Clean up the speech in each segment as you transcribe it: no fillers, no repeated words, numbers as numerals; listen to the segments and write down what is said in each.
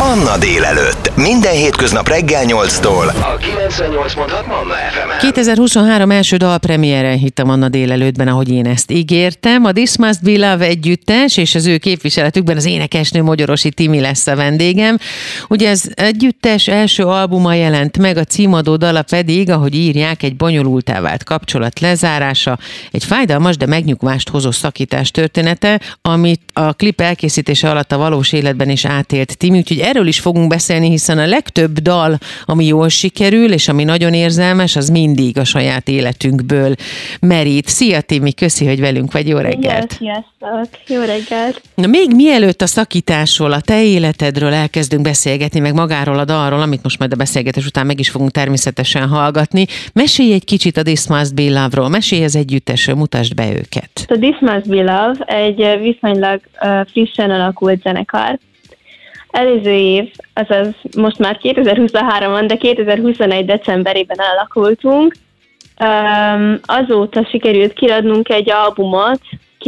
Manna délelőtt. Minden hétköznap reggel 8-tól a 98.6 Manna FM-en. 2023 első dalpremiére itt a Manna délelőttben, ahogy én ezt ígértem. A This Must Be Love együttes és az ő képviseletükben az énekesnő Magyorosi Timi lesz a vendégem. Ugye az együttes első albuma jelent meg, a címadó dala pedig, ahogy írják, egy bonyolultá vált kapcsolat lezárása, egy fájdalmas, de megnyugvást hozó szakítás története, amit a klip elkészítése alatt a valós életben is átélt Timi, úgyhogy erről is fogunk beszélni, hiszen a legtöbb dal, ami jól sikerül, és ami nagyon érzelmes, az mindig a saját életünkből merít. Szia Timi, köszi, hogy velünk vagy, jó reggelt! Sziasztok, jó reggelt! Na, még mielőtt a szakításról, a te életedről elkezdünk beszélgetni, meg magáról a dalról, amit most majd a beszélgetés után meg is fogunk természetesen hallgatni, mesélj egy kicsit a This Must Be Love-ról, mesélj az együttesről, mutasd be őket. A This Must Be Love egy viszonylag frissen alakult zenekar. Előző év, azaz most már 2023 van, de 2021 decemberében alakultunk. Azóta sikerült kiadnunk egy albumot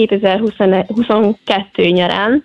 2022 nyarán,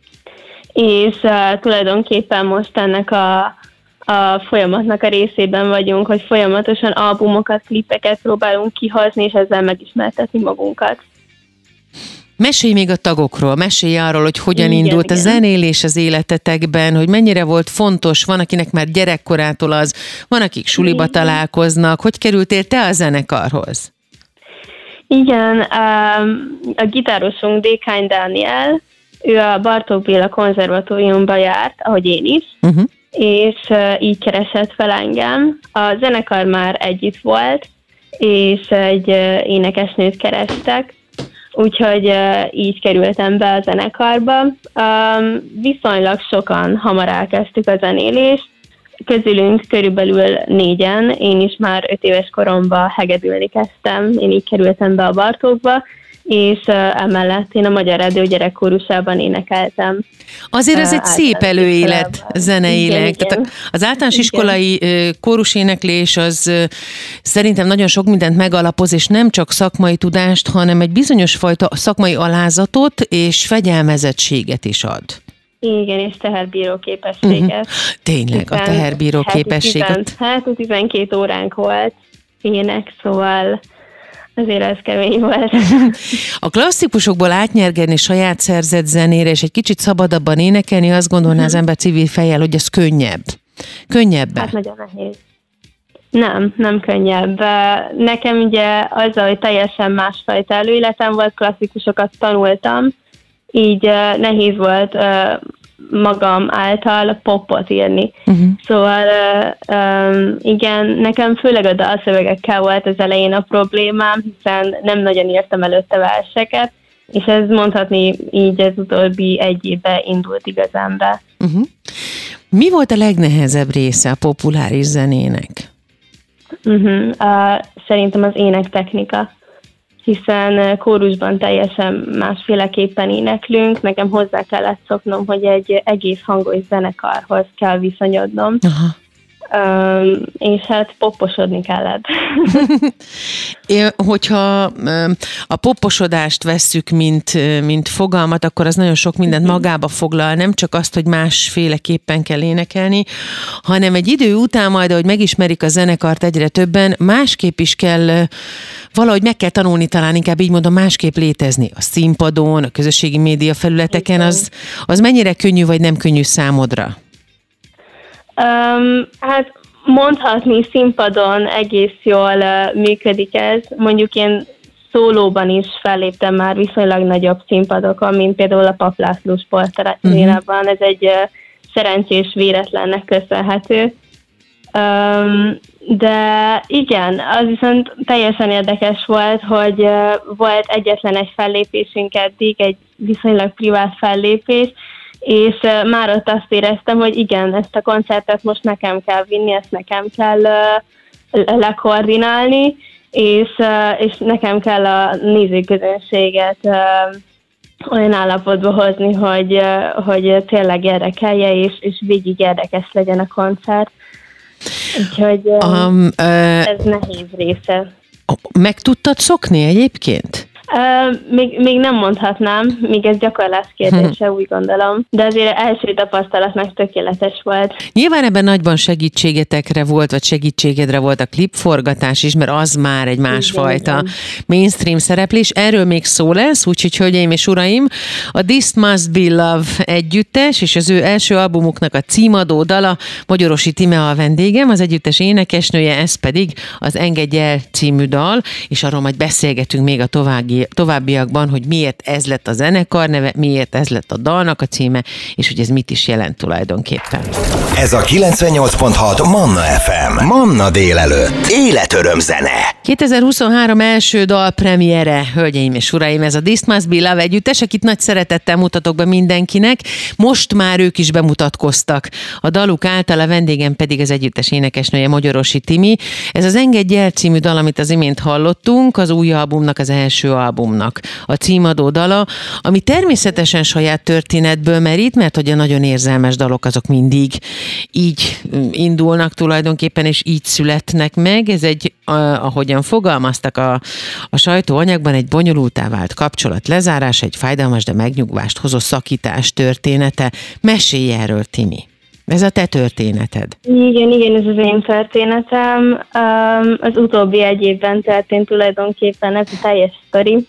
és tulajdonképpen most ennek a folyamatnak a részében vagyunk, hogy folyamatosan albumokat, klipeket próbálunk kihozni, és ezzel megismertetni magunkat. Mesélj még a tagokról, mesélj arról, hogy hogyan indult a zenélés az életetekben, hogy mennyire volt fontos, van akinek már gyerekkorától az, van akik suliba találkoznak, hogy kerültél te a zenekarhoz? Igen, a gitárosunk Dékány Dániel, ő a Bartók Béla konzervatóriumba járt, ahogy én is, és így keresett fel engem. A zenekar már együtt volt, és egy énekesnőt kerestek, úgyhogy így kerültem be a zenekarba. Viszonylag sokan hamar elkezdtük a zenélést, közülünk körülbelül 4-en, én is már 5 éves koromban hegedülni kezdtem, én így kerültem be a Bartókba, és emellett én a Magyar Rádió gyerekkórusában énekeltem. Azért ez egy szép előélet zeneileg. Igen. Tehát az általános iskolai kóruséneklés az szerintem nagyon sok mindent megalapoz, és nem csak szakmai tudást, hanem egy bizonyos fajta szakmai alázatot és fegyelmezettséget is ad. Igen, és teherbíró képességet. Tényleg, a teherbíró képességet. 12 óránk volt ének, szóval azért ez kemény volt. A klasszikusokból átnyergedni saját szerzett zenére, és egy kicsit szabadabban énekelni, azt gondolná az ember civil fejjel, hogy ez könnyebb. Könnyebb? Hát nagyon nehéz. Nem könnyebb. Nekem ugye azzal, hogy teljesen másfajta előéletem volt, klasszikusokat tanultam, így nehéz volt magam által popot írni. Szóval igen, nekem főleg a dalszövegekkel volt az elején a problémám, hiszen nem nagyon írtam előtte verseket, és ez mondhatni így az utóbbi 1 évben indult igazán be. Mi volt a legnehezebb része a populáris zenének? Szerintem az énektechnika, hiszen kórusban teljesen másféleképpen éneklünk, nekem hozzá kellett szoknom, hogy egy egész hangos zenekarhoz kell viszonyodnom, és hát poposodni kellett. Hogyha a poposodást vesszük, mint fogalmat, akkor az nagyon sok mindent magába foglal, nem csak azt, hogy másféleképpen kell énekelni, hanem egy idő után majd, ahogy megismerik a zenekart egyre többen, másképp is kell, valahogy meg kell tanulni, talán inkább így mondom, másképp létezni. A színpadon, a közösségi média felületeken, az mennyire könnyű vagy nem könnyű számodra? Hát mondhatni színpadon egész jól működik ez. Mondjuk én szólóban is felléptem már viszonylag nagyobb színpadokon, mint például a Papp László Sportarénában. Ez egy szerencsés véletlennek köszönhető. De igen, az viszont teljesen érdekes volt, hogy volt egyetlen egy fellépésünk eddig, egy viszonylag privát fellépés, és már ott azt éreztem, hogy igen, ezt a koncertet most nekem kell vinni, ezt nekem kell lekoordinálni, és nekem kell a nézőközönséget olyan állapotba hozni, hogy tényleg érdekelje, és végig érdekes legyen a koncert. Úgyhogy ez nehéz része. Meg tudtad szokni egyébként? Még nem mondhatnám, még ez gyakorlás kérdése, úgy gondolom, de azért első tapasztalatnak tökéletes volt. Nyilván ebben nagyban segítségetekre volt, vagy segítségedre volt a klipforgatás is, mert az már egy másfajta mainstream szereplés. Erről még szó lesz, úgyhogy hölgyeim és uraim, a This Must Be Love együttes, és az ő első albumuknak a címadó dala, Magyorosi Timi a vendégem, az együttes énekesnője, ez pedig az Engedj el című dal, és arról majd beszélgetünk még a továbbiakban, hogy miért ez lett a zenekar neve, miért ez lett a dalnak a címe, és hogy ez mit is jelent tulajdonképpen. Ez a 98.6 Manna FM. Manna délelőtt. Életöröm zene. 2023 első dal premiere, hölgyeim és uraim, ez a This Must Be Love együttes, akit nagy szeretettel mutatok be mindenkinek. Most már ők is bemutatkoztak. A daluk által, a vendégem pedig az együttes énekesnője, Magyorosi Timi. Ez az Engedj el című dal, amit az imént hallottunk, az új albumnak, az első albumnak a címadó dala, ami természetesen saját történetből merít, mert hogy a nagyon érzelmes dalok azok mindig így indulnak tulajdonképpen, és így születnek meg. Ez egy, ahogyan fogalmaztak a sajtóanyagban, egy bonyolultá vált kapcsolat lezárása, egy fájdalmas, de megnyugvást hozó szakítás története. Mesélj erről, Timi. Ez a te történeted. Igen, ez az én történetem. Az utóbbi egy évben történt tulajdonképpen ez a teljes sztori.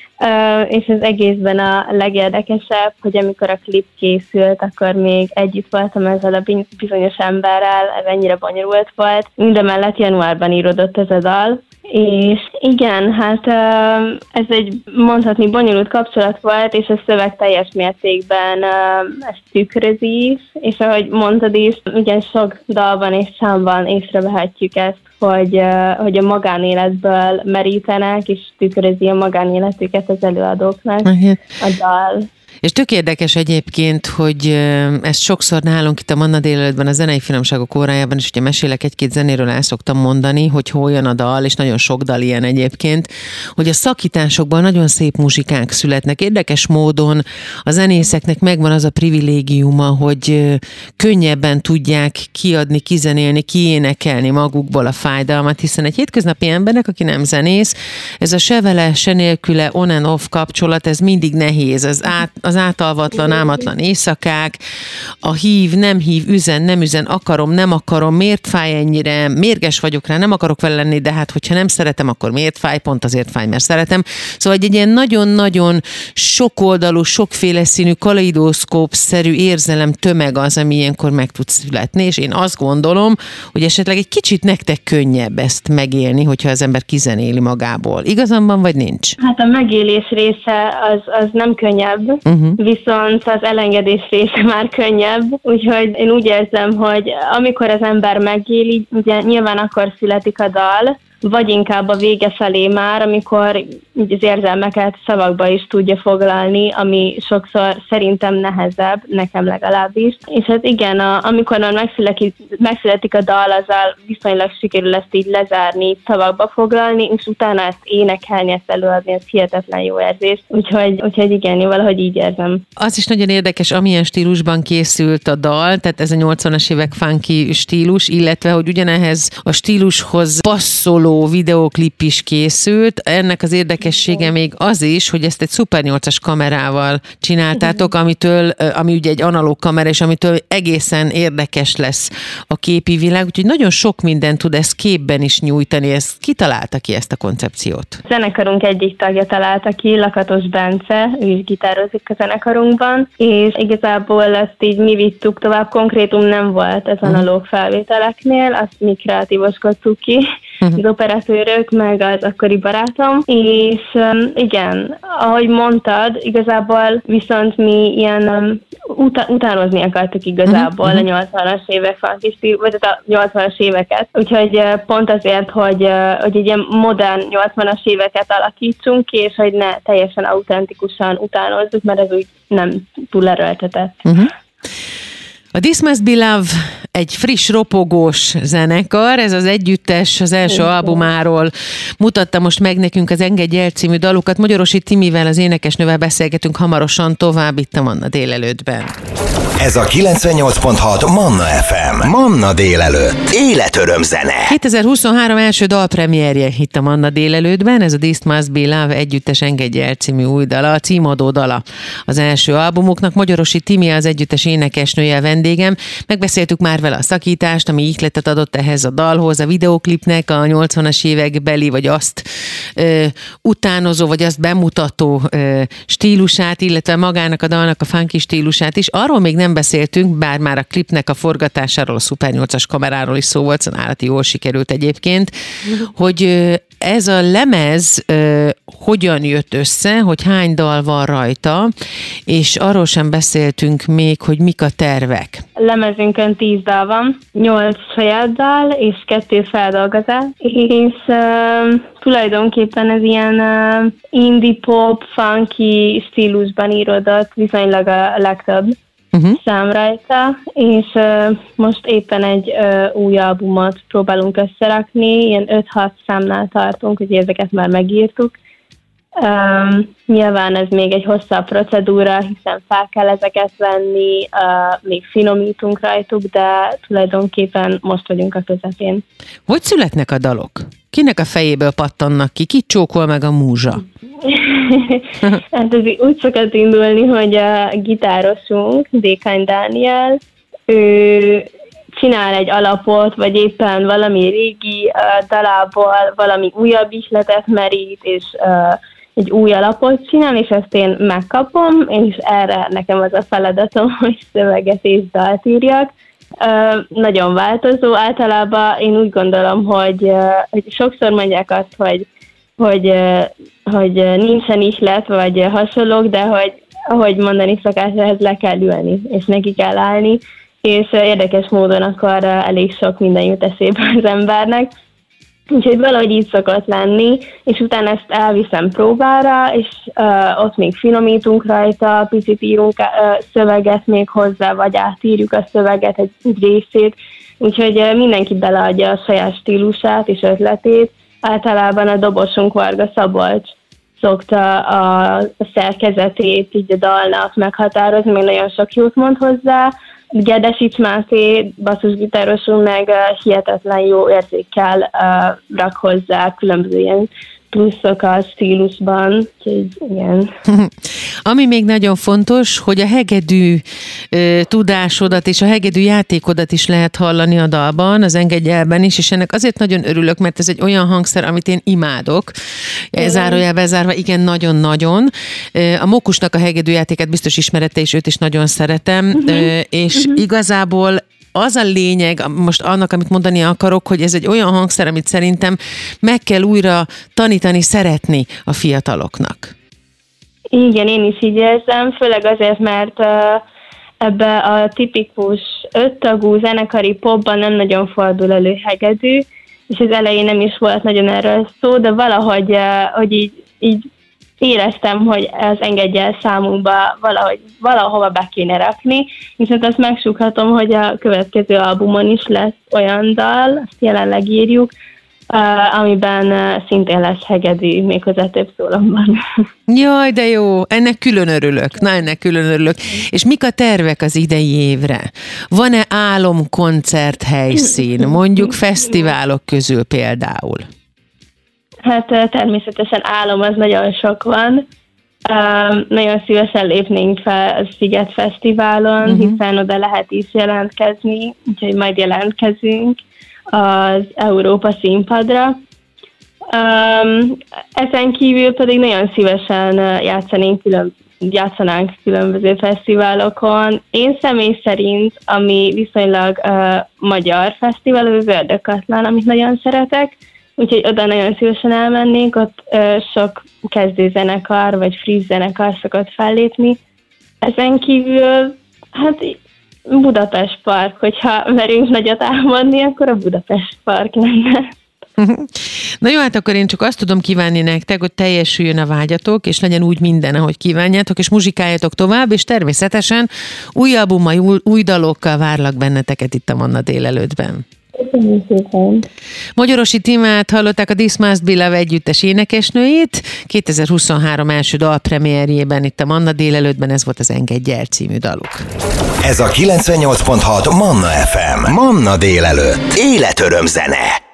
És az egészben a legérdekesebb, hogy amikor a klip készült, akkor még együtt voltam ezzel a bizonyos emberrel, ez ennyire bonyolult volt. Mindemellett januárban íródott ez a dal, és igen, hát ez egy mondhatni bonyolult kapcsolat volt, és a szöveg teljes mértékben ezt tükrözi, és ahogy mondtad is, igen, sok dalban és számban észrevehetjük ezt, hogy a magánéletből merítenek, és tükrözi a magánéletüket az előadóknak a dal. És tök érdekes egyébként, hogy ezt sokszor nálunk itt a Manna délelőttben, a zenei finomságok órájában is, ugye mesélek egy-két zenéről, el szoktam mondani, hogy hol jön a dal, és nagyon sok dal ilyen egyébként, hogy a szakításokban nagyon szép muzsikák születnek. Érdekes módon a zenészeknek megvan az a privilégiuma, hogy könnyebben tudják kiadni, kizenélni, kiénekelni magukból a fájdalmat, hiszen egy hétköznapi embernek, aki nem zenész, ez a se vele, se nélküle on and off kapcsolat, ez mindig nehéz, az átalvatlan, álmatlan éjszakák, a hív, nem hív, üzen, nem üzen, akarom, nem akarom, miért fáj ennyire, mérges vagyok rá, nem akarok vele lenni, de hát hogyha nem szeretem, akkor miért fáj? Pont azért fáj, mert szeretem. Szóval egy ilyen nagyon-nagyon sokoldalú, sokféle színű, kaleidoszkóp-szerű érzelem tömeg az, ami ilyenkor meg tud születni, és én azt gondolom, hogy esetleg egy kicsit nektek könnyebb ezt megélni, hogyha az ember kizenéli magából. Igazam van, vagy nincs? Hát a megélés része az nem könnyebb, viszont az elengedés része már könnyebb, úgyhogy én úgy érzem, hogy amikor az ember megéli, ugye nyilván akkor születik a dal, vagy inkább a vége felé már, amikor az érzelmeket szavakba is tudja foglalni, ami sokszor szerintem nehezebb, nekem legalábbis. És hát igen, amikor már megszületik a dal, azzal viszonylag sikerül ezt így lezárni, szavakba foglalni, és utána ezt énekelni, ezt előadni, ez hihetetlen jó érzés. Úgyhogy igen, én valahogy így érzem. Az is nagyon érdekes, amilyen stílusban készült a dal, tehát ez a 80-as évek funky stílus, illetve hogy ugyanehhez a stílushoz passzoló videóklip is készült. Ennek az érdekessége még az is, hogy ezt egy Super 8-as kamerával csináltátok, ami ugye egy analóg kamera, és amitől egészen érdekes lesz a képi világ, úgyhogy nagyon sok mindent tud ezt képben is nyújtani. Ki találta ki ezt a koncepciót? A zenekarunk egyik tagja találta ki, Lakatos Bence, ő is gitározik a zenekarunkban, és igazából ezt így mi vittük tovább, konkrétum nem volt az analóg felvételeknél, azt mi kreatívoskodtuk ki, az operatőrök, meg az akkori barátom, és igen, ahogy mondtad, igazából viszont mi ilyen utánozni akartuk igazából a 80-as évek vagy a 80-as éveket, úgyhogy pont azért, hogy egy ilyen modern 80-as éveket alakítsunk ki, és hogy ne teljesen autentikusan utánozzuk, mert ez úgy nem túl erőltetett. A This Must Be Love egy friss, ropogós zenekar, ez az együttes az első albumáról mutatta most meg nekünk az Engedj el című dalukat. Magyorosi Timivel, az énekesnővel beszélgetünk hamarosan tovább itt a Manna délelőttben. Ez a 98.6 Manna FM. Manna délelőtt. Életöröm zene. 2023 első dalpremierje itt a Manna délelőttben. Ez a This Must Be Love együttes Engedje el című új dala, a címadó dala az első albumuknak. Magyarosi Timi az együttes énekesnője, a vendégem. Megbeszéltük már vele a szakítást, ami ihletet adott ehhez a dalhoz, a videóklipnek a 80-as évekbeli, vagy azt utánozó, vagy azt bemutató stílusát, illetve magának a dalnak a funky stílusát is. Arról még nem beszéltünk, bár már a klipnek a forgatásáról, a Super 8-as kameráról is szó volt, szóval állati jól sikerült egyébként, hogy ez a lemez hogyan jött össze, hogy hány dal van rajta, és arról sem beszéltünk még, hogy mik a tervek. Lemezünkön 10 dal van, 8 saját dal és 2 feldolgozás, és tulajdonképpen ez ilyen indie pop, funky stílusban íródott viszonylag a legtöbb szám rajta, és most éppen egy új albumot próbálunk összerakni, ilyen 5-6 számnál tartunk, hogy ezeket már megírtuk. Nyilván ez még egy hosszabb procedúra, hiszen fel kell ezeket venni, még finomítunk rajtuk, de tulajdonképpen most vagyunk a közepén. Hogy születnek a dalok? Kinek a fejéből pattannak ki? Ki csókol meg a múzsa? Hát ez úgy szokott indulni, hogy a gitárosunk, Dékány Dániel, ő csinál egy alapot, vagy éppen valami régi dalából valami újabb ihletet merít, és egy új alapot csinál, és ezt én megkapom, és erre nekem az a feladatom, hogy szöveget és dalt írjak. Nagyon változó. Általában én úgy gondolom, hogy sokszor mondják azt, hogy nincsen ihlet, vagy hasonlók, de ahogy mondani szokás, ehhez le kell ülni, és neki kell állni, és érdekes módon akkor elég sok minden jut eszébe az embernek. Úgyhogy valahogy így szokott lenni, és utána ezt elviszem próbára, és ott még finomítunk rajta, picit írunk szöveget még hozzá, vagy átírjuk a szöveget egy részét, úgyhogy mindenki beleadja a saját stílusát és ötletét. Általában a dobosunk Varga Szabolcs szokta a szerkezetét így a dalnak meghatározni, még nagyon sok jót mond hozzá. Gedesics Máté, basszusgitárosunk meg hihetetlen jó érzékkel rak hozzá különböző ilyen pluszokat stílusban, úgyhogy igen. Ami még nagyon fontos, hogy a hegedű tudásodat és a hegedű játékodat is lehet hallani a dalban, az Engedj elben is, és ennek azért nagyon örülök, mert ez egy olyan hangszer, amit én imádok. Zárójelbe zárva, igen, nagyon-nagyon. A Mókusnak a hegedű játékát biztos ismerete, és őt is nagyon szeretem, és igazából az a lényeg, most annak, amit mondani akarok, hogy ez egy olyan hangszer, amit szerintem meg kell újra tanítani, szeretni a fiataloknak. Igen, én is így érzem, főleg azért, mert ebbe a tipikus 5 tagú zenekari popban nem nagyon fordul elő hegedű, és az elején nem is volt nagyon erről szó, de valahogy hogy így éreztem, hogy ez Engedj el számunkba valahova be kéne rakni, viszont azt megsúghatom, hogy a következő albumon is lesz olyan dal, azt jelenleg írjuk, amiben szintén lesz hegedű, méghozzá több szólamban. Jaj, de jó! Ennek külön örülök. Na, ennek külön örülök. És mik a tervek az idei évre? Van-e álomkoncert helyszín, mondjuk fesztiválok közül például? Hát természetesen álom az nagyon sok van. Nagyon szívesen lépnénk fel a Sziget Fesztiválon, hiszen oda lehet is jelentkezni, úgyhogy majd jelentkezünk az Európa színpadra. Ezen kívül pedig nagyon szívesen játszanánk különböző fesztiválokon. Én személy szerint, ami viszonylag magyar fesztivál, az Ördögkatlan, amit nagyon szeretek, úgyhogy oda nagyon szívesen elmennénk, ott sok kezdőzenekar vagy friss zenekar szokott fellépni. Ezen kívül, hát Budapest Park, hogyha merünk nagyot álmodni, akkor a Budapest Park lenne. Na jó, hát akkor én csak azt tudom kívánni nektek, hogy teljesüljön a vágyatok, és legyen úgy minden, ahogy kívánjátok, és muzsikáljatok tovább, és természetesen új albummal, új dalokkal várlak benneteket itt a Manna délelőttben. Köszönöm szépen. Magyarosi Tímát hallották, a This Must Be Love együttes énekesnőit. 2023 első dalpremierjében itt a Manna délelőttben, ez volt az Engedj el című daluk. Ez a 98.6 Manna FM. Manna délelőtt. Életöröm zene.